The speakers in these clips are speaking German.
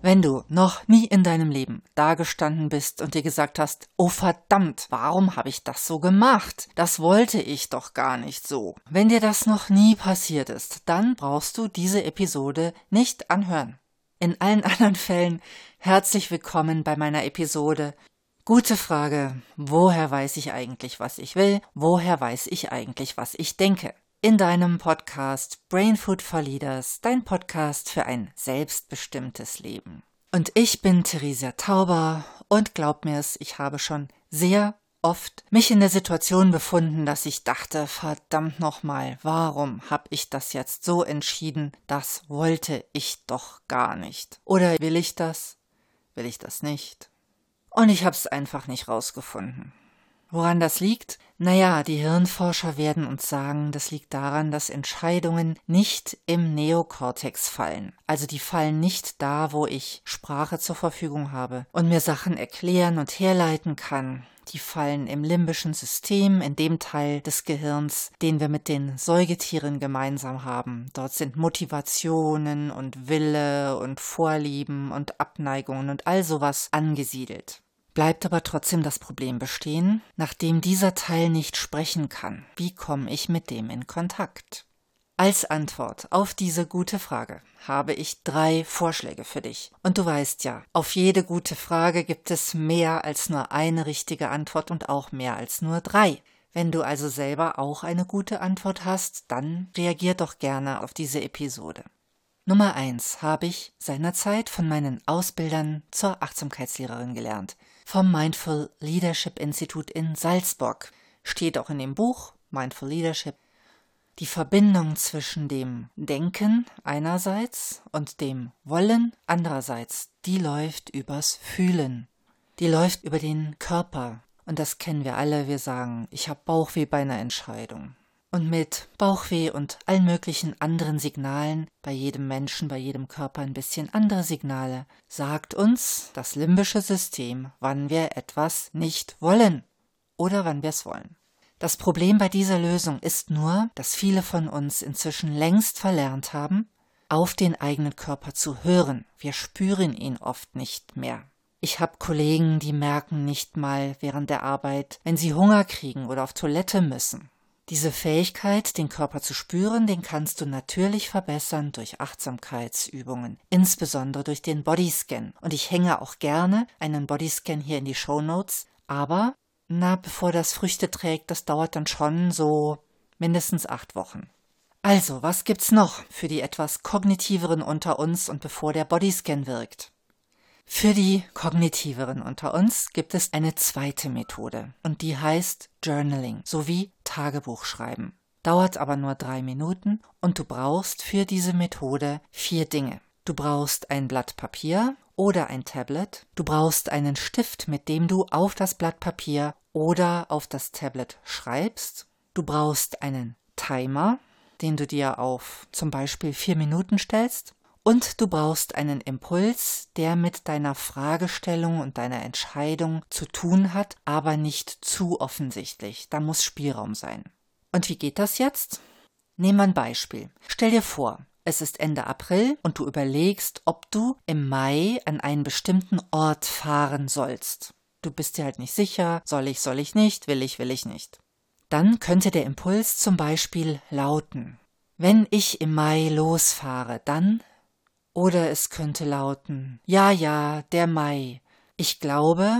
Wenn du noch nie in deinem Leben dagestanden bist und dir gesagt hast, oh verdammt, warum habe ich das so gemacht? Das wollte ich doch gar nicht so. Wenn dir das noch nie passiert ist, dann brauchst du diese Episode nicht anhören. In allen anderen Fällen herzlich willkommen bei meiner Episode. Gute Frage, woher weiß ich eigentlich, was ich will? Woher weiß ich eigentlich, was ich denke? In deinem Podcast Brain Food for Leaders, dein Podcast für ein selbstbestimmtes Leben. Und ich bin Theresa Tauber und glaub mir's, ich habe schon sehr oft mich in der Situation befunden, dass ich dachte, verdammt nochmal, warum habe ich das jetzt so entschieden? Das wollte ich doch gar nicht. Oder will ich das? Will ich das nicht? Und ich habe es einfach nicht rausgefunden. Woran das liegt? Naja, die Hirnforscher werden uns sagen, das liegt daran, dass Entscheidungen nicht im Neokortex fallen. Also die fallen nicht da, wo ich Sprache zur Verfügung habe und mir Sachen erklären und herleiten kann. Die fallen im limbischen System, in dem Teil des Gehirns, den wir mit den Säugetieren gemeinsam haben. Dort sind Motivationen und Wille und Vorlieben und Abneigungen und all sowas angesiedelt. Bleibt aber trotzdem das Problem bestehen, nachdem dieser Teil nicht sprechen kann. Wie komme ich mit dem in Kontakt? Als Antwort auf diese gute Frage habe ich 3 Vorschläge für dich. Und du weißt ja, auf jede gute Frage gibt es mehr als nur eine richtige Antwort und auch mehr als nur 3. Wenn du also selber auch eine gute Antwort hast, dann reagier doch gerne auf diese Episode. Nummer 1 habe ich seinerzeit von meinen Ausbildern zur Achtsamkeitslehrerin gelernt. Vom Mindful Leadership Institut in Salzburg. Steht auch in dem Buch Mindful Leadership. Die Verbindung zwischen dem Denken einerseits und dem Wollen andererseits, die läuft übers Fühlen. Die läuft über den Körper. Und das kennen wir alle, wir sagen, ich habe Bauchweh bei einer Entscheidung. Und mit Bauchweh und allen möglichen anderen Signalen, bei jedem Menschen, bei jedem Körper ein bisschen andere Signale, sagt uns das limbische System, wann wir etwas nicht wollen oder wann wir es wollen. Das Problem bei dieser Lösung ist nur, dass viele von uns inzwischen längst verlernt haben, auf den eigenen Körper zu hören. Wir spüren ihn oft nicht mehr. Ich habe Kollegen, die merken nicht mal während der Arbeit, wenn sie Hunger kriegen oder auf Toilette müssen. Diese Fähigkeit, den Körper zu spüren, den kannst du natürlich verbessern durch Achtsamkeitsübungen, insbesondere durch den Bodyscan. Und ich hänge auch gerne einen Bodyscan hier in die Shownotes, aber, bevor das Früchte trägt, das dauert dann schon so mindestens 8 Wochen. Also, was gibt's noch für die etwas kognitiveren unter uns und bevor der Bodyscan wirkt? Für die Kognitiveren unter uns gibt es eine zweite Methode und die heißt Journaling sowie Tagebuchschreiben. Dauert aber nur 3 Minuten und du brauchst für diese Methode 4 Dinge. Du brauchst ein Blatt Papier oder ein Tablet. Du brauchst einen Stift, mit dem du auf das Blatt Papier oder auf das Tablet schreibst. Du brauchst einen Timer, den du dir auf zum Beispiel 4 Minuten stellst. Und du brauchst einen Impuls, der mit deiner Fragestellung und deiner Entscheidung zu tun hat, aber nicht zu offensichtlich. Da muss Spielraum sein. Und wie geht das jetzt? Nehmen wir ein Beispiel. Stell dir vor, es ist Ende April und du überlegst, ob du im Mai an einen bestimmten Ort fahren sollst. Du bist dir halt nicht sicher, soll ich nicht, will ich nicht. Dann könnte der Impuls zum Beispiel lauten: Wenn ich im Mai losfahre, dann... Oder es könnte lauten: Ja, der Mai. Ich glaube...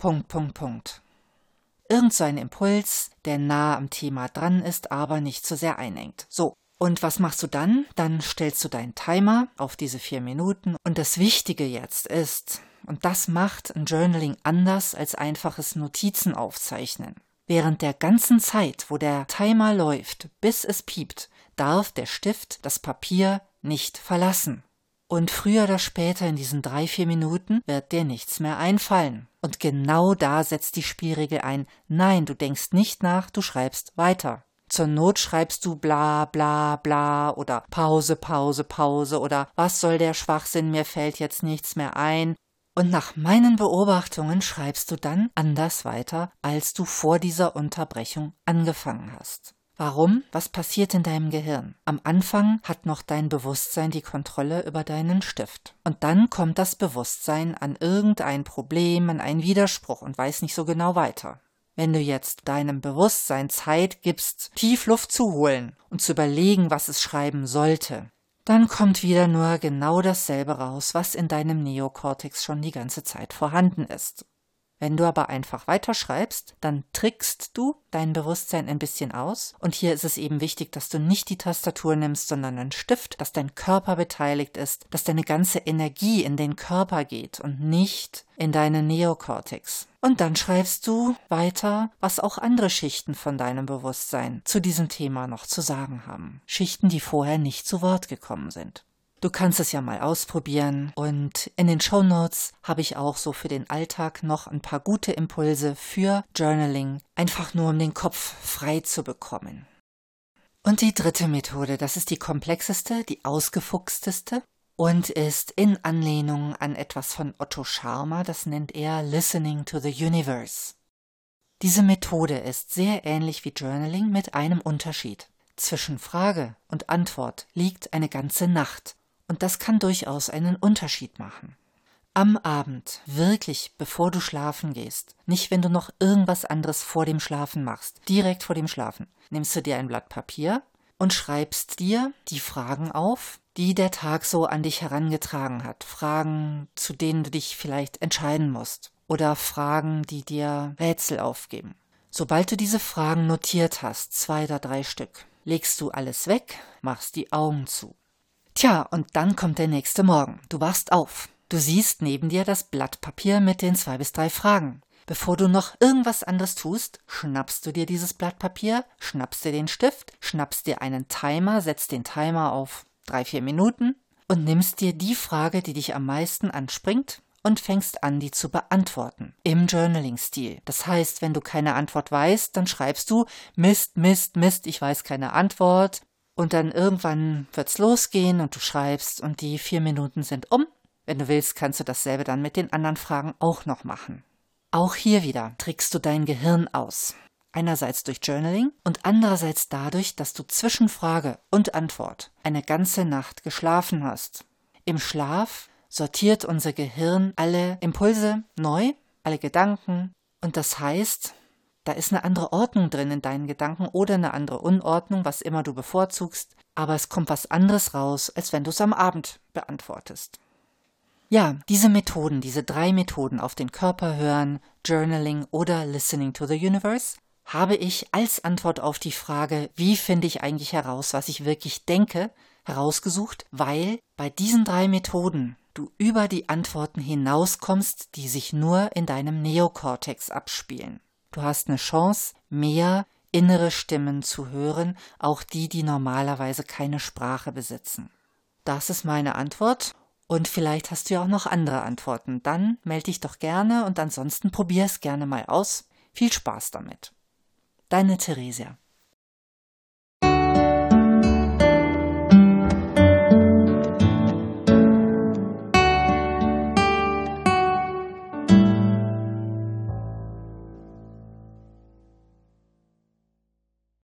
Irgend so ein Impuls, der nah am Thema dran ist, aber nicht zu sehr einengt. So, und was machst du dann? Dann stellst du deinen Timer auf diese 4 Minuten. Und das Wichtige jetzt ist, und das macht ein Journaling anders als einfaches Notizen aufzeichnen. Während der ganzen Zeit, wo der Timer läuft, bis es piept, darf der Stift das Papier nicht verlassen. Und früher oder später in diesen 3-4 Minuten wird dir nichts mehr einfallen. Und genau da setzt die Spielregel ein: Nein, du denkst nicht nach, du schreibst weiter. Zur Not schreibst du bla bla bla oder Pause oder was soll der Schwachsinn, mir fällt jetzt nichts mehr ein. Und nach meinen Beobachtungen schreibst du dann anders weiter, als du vor dieser Unterbrechung angefangen hast. Warum? Was passiert in deinem Gehirn? Am Anfang hat noch dein Bewusstsein die Kontrolle über deinen Stift. Und dann kommt das Bewusstsein an irgendein Problem, an einen Widerspruch und weiß nicht so genau weiter. Wenn du jetzt deinem Bewusstsein Zeit gibst, tief Luft zu holen und zu überlegen, was es schreiben sollte, dann kommt wieder nur genau dasselbe raus, was in deinem Neokortex schon die ganze Zeit vorhanden ist. Wenn du aber einfach weiterschreibst, dann trickst du dein Bewusstsein ein bisschen aus. Und hier ist es eben wichtig, dass du nicht die Tastatur nimmst, sondern einen Stift, dass dein Körper beteiligt ist, dass deine ganze Energie in den Körper geht und nicht in deinen Neokortex. Und dann schreibst du weiter, was auch andere Schichten von deinem Bewusstsein zu diesem Thema noch zu sagen haben. Schichten, die vorher nicht zu Wort gekommen sind. Du kannst es ja mal ausprobieren und in den Shownotes habe ich auch so für den Alltag noch ein paar gute Impulse für Journaling, einfach nur um den Kopf frei zu bekommen. Und die dritte Methode, das ist die komplexeste, die ausgefuchsteste und ist in Anlehnung an etwas von Otto Scharmer, das nennt er Listening to the Universe. Diese Methode ist sehr ähnlich wie Journaling mit einem Unterschied. Zwischen Frage und Antwort liegt eine ganze Nacht. Und das kann durchaus einen Unterschied machen. Am Abend, wirklich bevor du schlafen gehst, nicht wenn du noch irgendwas anderes vor dem Schlafen machst, direkt vor dem Schlafen, nimmst du dir ein Blatt Papier und schreibst dir die Fragen auf, die der Tag so an dich herangetragen hat. Fragen, zu denen du dich vielleicht entscheiden musst oder Fragen, die dir Rätsel aufgeben. Sobald du diese Fragen notiert hast, 2 oder 3 Stück, legst du alles weg, machst die Augen zu. Tja, und dann kommt der nächste Morgen. Du wachst auf. Du siehst neben dir das Blatt Papier mit den 2 bis 3 Fragen. Bevor du noch irgendwas anderes tust, schnappst du dir dieses Blatt Papier, schnappst dir den Stift, schnappst dir einen Timer, setzt den Timer auf 3-4 Minuten und nimmst dir die Frage, die dich am meisten anspringt und fängst an, die zu beantworten. Im Journaling-Stil. Das heißt, wenn du keine Antwort weißt, dann schreibst du Mist, Mist, Mist, ich weiß keine Antwort. Und dann irgendwann wird's losgehen und du schreibst und die 4 Minuten sind um. Wenn du willst, kannst du dasselbe dann mit den anderen Fragen auch noch machen. Auch hier wieder trickst du dein Gehirn aus. Einerseits durch Journaling und andererseits dadurch, dass du zwischen Frage und Antwort eine ganze Nacht geschlafen hast. Im Schlaf sortiert unser Gehirn alle Impulse neu, alle Gedanken und das heißt, da ist eine andere Ordnung drin in deinen Gedanken oder eine andere Unordnung, was immer du bevorzugst, aber es kommt was anderes raus, als wenn du es am Abend beantwortest. Ja, diese Methoden, diese 3 Methoden auf den Körper hören, Journaling oder Listening to the Universe, habe ich als Antwort auf die Frage, wie finde ich eigentlich heraus, was ich wirklich denke, herausgesucht, weil bei diesen 3 Methoden du über die Antworten hinauskommst, die sich nur in deinem Neokortex abspielen. Du hast eine Chance, mehr innere Stimmen zu hören, auch die, die normalerweise keine Sprache besitzen. Das ist meine Antwort und vielleicht hast du ja auch noch andere Antworten. Dann melde dich doch gerne und ansonsten probier es gerne mal aus. Viel Spaß damit. Deine Theresia.